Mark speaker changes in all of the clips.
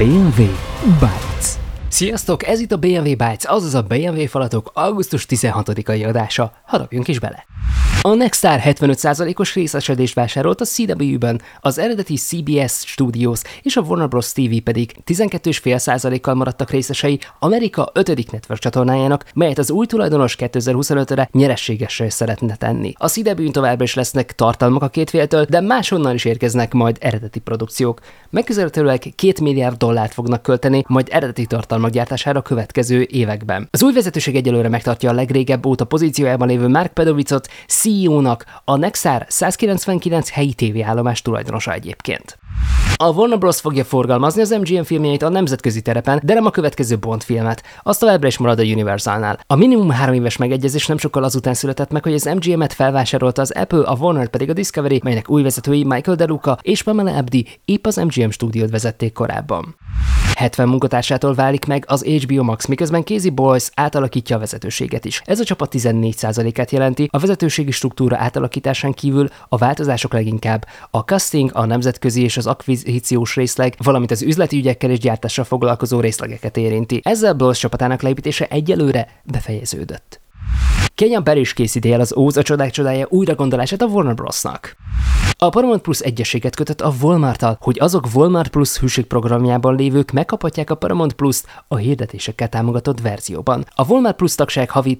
Speaker 1: BMW Bytes. Sziasztok, ez itt a BMW Bytes, azaz a BMW falatok augusztus 16-ai adása. Harapjunk is bele! A Nexstar 75%-os részesedést vásárolt a CW-ben, az eredeti CBS Studios és a Warner Bros. TV pedig 12,5%-kal maradtak részesei Amerika 5. network csatornájának, melyet az új tulajdonos 2025-re nyereségesre szeretne tenni. A CW-n továbbra is lesznek tartalmak a két féltől, de máshonnan is érkeznek majd eredeti produkciók. Megközelítőleg $2 milliárd fognak költeni majd eredeti tartalmak gyártására a következő években. Az új vezetőség egyelőre megtartja a legrégebb óta pozíciójában lévő Mark Pedovicot CEO-nak, a Nexstar 199 helyi tévéállomás tulajdonosa egyébként. A Warner Bros. Fogja forgalmazni az MGM filmjeit a nemzetközi terepen, de nem a következő Bond filmet, az továbbra is marad a Universalnál. A minimum 3 éves megegyezés nem sokkal azután született meg, hogy az MGM-et felvásárolta az Apple, a Warner pedig a Discovery, melynek új vezetői Michael De Luca és Pamela Abdy épp az MGM stúdiót vezették korábban. 70 munkatársától válik meg az HBO Max, miközben Casey Boyce átalakítja a vezetőséget is. Ez a csapat 14%-át jelenti, a vezetőségi struktúra átalakításán kívül a változások leginkább a casting, a nemzetközi és az akvizíciós részleg, valamint az üzleti ügyekkel és gyártással foglalkozó részlegeket érinti. Ezzel Boyce csapatának leépítése egyelőre befejeződött. Kenyan Parrish készíti el az Óz a csodák csodája újragondolását a Warner Brosnak. A Paramount Plus egyességet kötött a Walmarttal, hogy azok Walmart Plus hűségprogramjában lévők megkaphatják a Paramount Plus-t a hirdetésekkel támogatott verzióban. A Walmart Plus tagság havi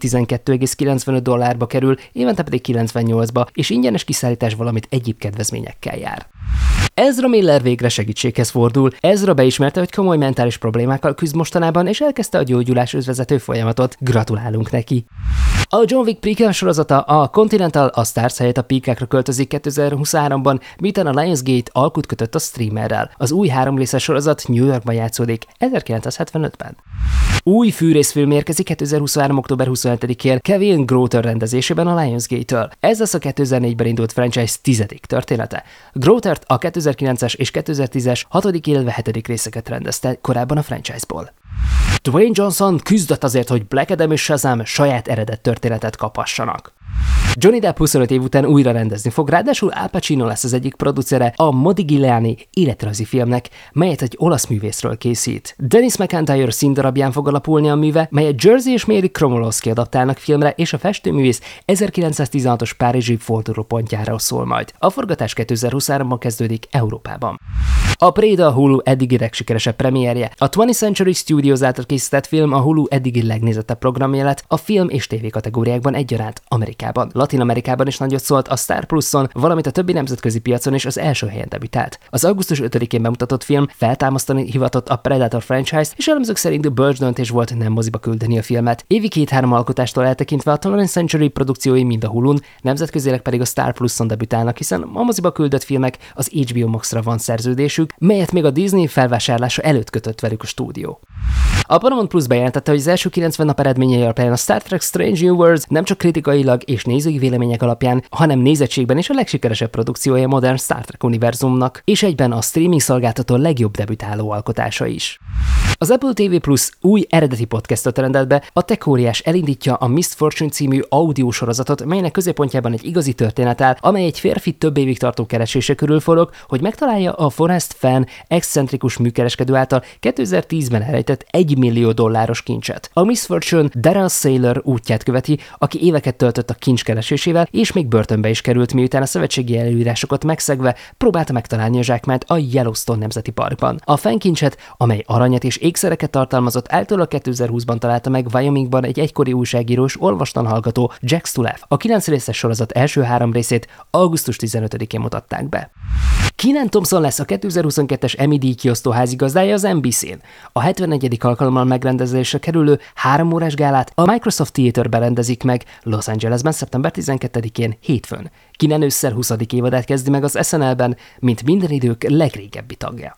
Speaker 1: $12,95 kerül, évente pedig 98-ba, és ingyenes kiszállítás, valamint egyéb kedvezményekkel jár. Ezra Miller végre segítséghez fordul. Ezra beismerte, hogy komoly mentális problémákkal küzd mostanában, és elkezdte a gyógyuláshoz vezető folyamatot. Gratulálunk neki! A John Wick prequel sorozata, a Continental a Stars helyett a Peacockra költözik 2023-ban, miután a Lionsgate alkut kötött a streamerrel. Az új 3 részes sorozat New Yorkban játszódik 1975-ben. Új fűrészfilm érkezik 2023. október 27-én Kevin Groter rendezésében a Lionsgate-től. Ez lesz a 2004-ben indult franchise 10. története. Grotert a 2009-es és 2010-es 6., illetve 7. részeket rendezte korábban a franchise-ból. Dwayne Johnson küzdött azért, hogy Black Adam és Shazam saját eredet történetet kaphassanak. Johnny Depp 25 év után újra rendezni fog, ráadásul Al Pacino lesz az egyik producere a Modigliani életrajzi filmnek, melyet egy olasz művészről készít. Dennis McIntyre színdarabján fog alapulni a műve, melyet Jerzy és Mary Kromolowski adaptálnak filmre, és a festőművész 1916-os párizsi fordulópontjára szól majd. A forgatás 2023-ban kezdődik Európában. A Prey a Hulu eddigi legsikeresebb premierje. A 20th Century Studios által készített film a Hulu eddigi legnézettebb programja lett a film és TV kategóriákban egyaránt Amerikában. Latin-Amerikában is nagyot szólt, a Star Pluson, valamint a többi nemzetközi piacon is az első helyen debütált. Az augusztus 5-én bemutatott film feltámasztani hivatott a Predator franchise, és elemzők szerint bölcs döntés volt nem moziba küldeni a filmet. Évi 2-3 alkotástól eltekintve a 20th Century produkciói mind a Hulun, nemzetközileg pedig a Star Pluson debütálnak, hiszen a moziba küldött filmek az HBO Max-ra van szerződésük, melyet még a Disney felvásárlása előtt kötött velük a stúdió. A Paramount Plus bejelentette, hogy az első 90 nap eredményei alapján a Star Trek Strange New Worlds nem csak kritikailag és nézői vélemények alapján, hanem nézettségben is a legsikeresebb produkciója a modern Star Trek univerzumnak, és egyben a streaming szolgáltató legjobb debütáló alkotása is. Az Apple TV Plus új eredeti podcastot rendelt be, a tech óriás elindítja a Missed Fortune című audiósorozatot, melynek középpontjában egy igazi történet áll, amely egy férfi több évig tartó keresése körül forog, hogy megtalálja a Forrest Fenn excentrikus műkereskedő által 2010-ben elrejtett $1 millió kincset. A Miss Fortune Daryl Saylor útját követi, aki éveket töltött a kincs keresésével, és még börtönbe is került, miután a szövetségi előírásokat megszegve próbálta megtalálni a zsákmányt a Yellowstone Nemzeti Parkban. A Fenn kincset, amely aranyat és ékszereket tartalmazott, általában 2020-ban találta meg Wyomingban egy egykori újságíró és olvastan hallgató Jack Stulef. A 9 részes sorozat első 3 részét augusztus 15-én mutatták be. Kenan Thompson lesz a 2022-es Emmy díj kiosztó házigazdája az NBC-n. A 71. alkalommal megrendezésre kerülő 3 órás gálát a Microsoft Theaterben rendezik meg Los Angelesben szeptember 12-én hétfőn. Kenan ősszel 20. évadát kezdi meg az SNL-ben, mint minden idők legrégebbi tagja.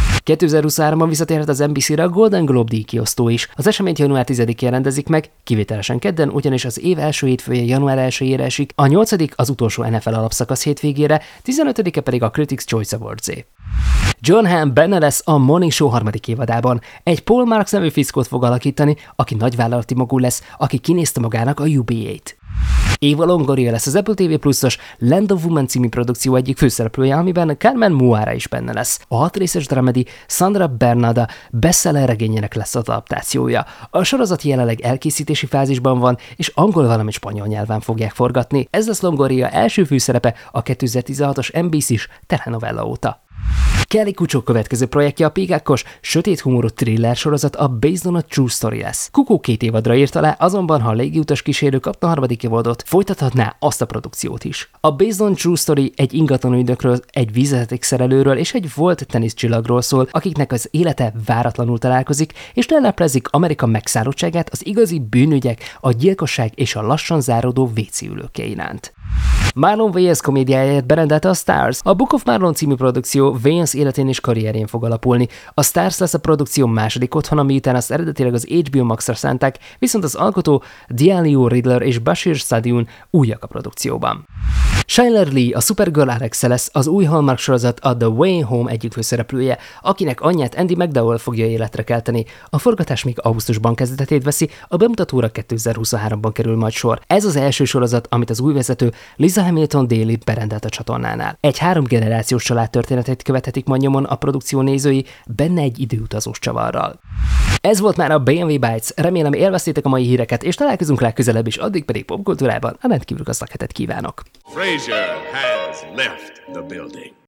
Speaker 1: 2023-ban visszatérhet az NBC-re a Golden Globe díj kiosztó is. Az eseményt január 10-én rendezik meg, kivételesen kedden, ugyanis az év első hétfője január 1-ére esik, a 8. az utolsó NFL alapszakasz hétvégére, 15-e pedig a Critics' Choice Awards-é. Jon Hamm benne lesz a Morning Show 3. évadában. Egy Paul Marks nevű fickót fog alakítani, aki nagyvállalati magú lesz, aki kinézte magának a UBA-t. Eva Longoria lesz az Apple TV Plus-os Land of Women című produkció egyik főszereplője, amiben Carmen Muara is benne lesz. A 6 részes dramedy Sandra Bernarda bestseller regényének lesz az adaptációja. A sorozat jelenleg elkészítési fázisban van, és angol, valamint spanyol nyelven fogják forgatni. Ez lesz Longoria első főszerepe a 2016-os NBC-s telenovella óta. Kelly Kucsó következő projektje a pikákkos, sötét humorú thriller sorozat a Based on a True Story lesz. Kukó 2 évadra írt alá, azonban ha a légiutas kísérő kapna harmadik évadot, folytathatná azt a produkciót is. A Based on True Story egy ingatlanügynökről, egy vízvezetékszerelőről és egy volt teniszcsillagról szól, akiknek az élete váratlanul találkozik, és leleplezik Amerika megszállottságát az igazi bűnügyek, a gyilkosság és a lassan záródó WC-ülőke iránt. Marlon Wayans komédiáját berendelte a Stars. A Book of Marlon című produkció Wayans életén és karrierjén fog alapulni. A Stars lesz a produkció második otthona, miután azt eredetileg az HBO Max-ra szánták, viszont az alkotó Diallo Riddler és Bashir Sadiun újak a produkcióban. Chyler Lee, a Supergirl Alexa lesz az új Hallmark sorozat a The Way Home egyik főszereplője, akinek anyját Andy McDowell fogja életre kelteni. A forgatás még augusztusban kezdetét veszi, a bemutatóra 2023-ban kerül majd sor. Ez az első sorozat, amit az új vezető Lisa Hamilton Daly berendelt a csatornánál. Egy 3 generációs család történetét követhetik majd nyomon a produkció nézői, benne egy időutazós csavarral. Ez volt már a BMW Bytes, remélem élveztétek a mai híreket, és találkozunk legközelebb is, addig pedig popkultúrában a rendkívül gazdag hetet kívánok.
Speaker 2: Frazier has left the building.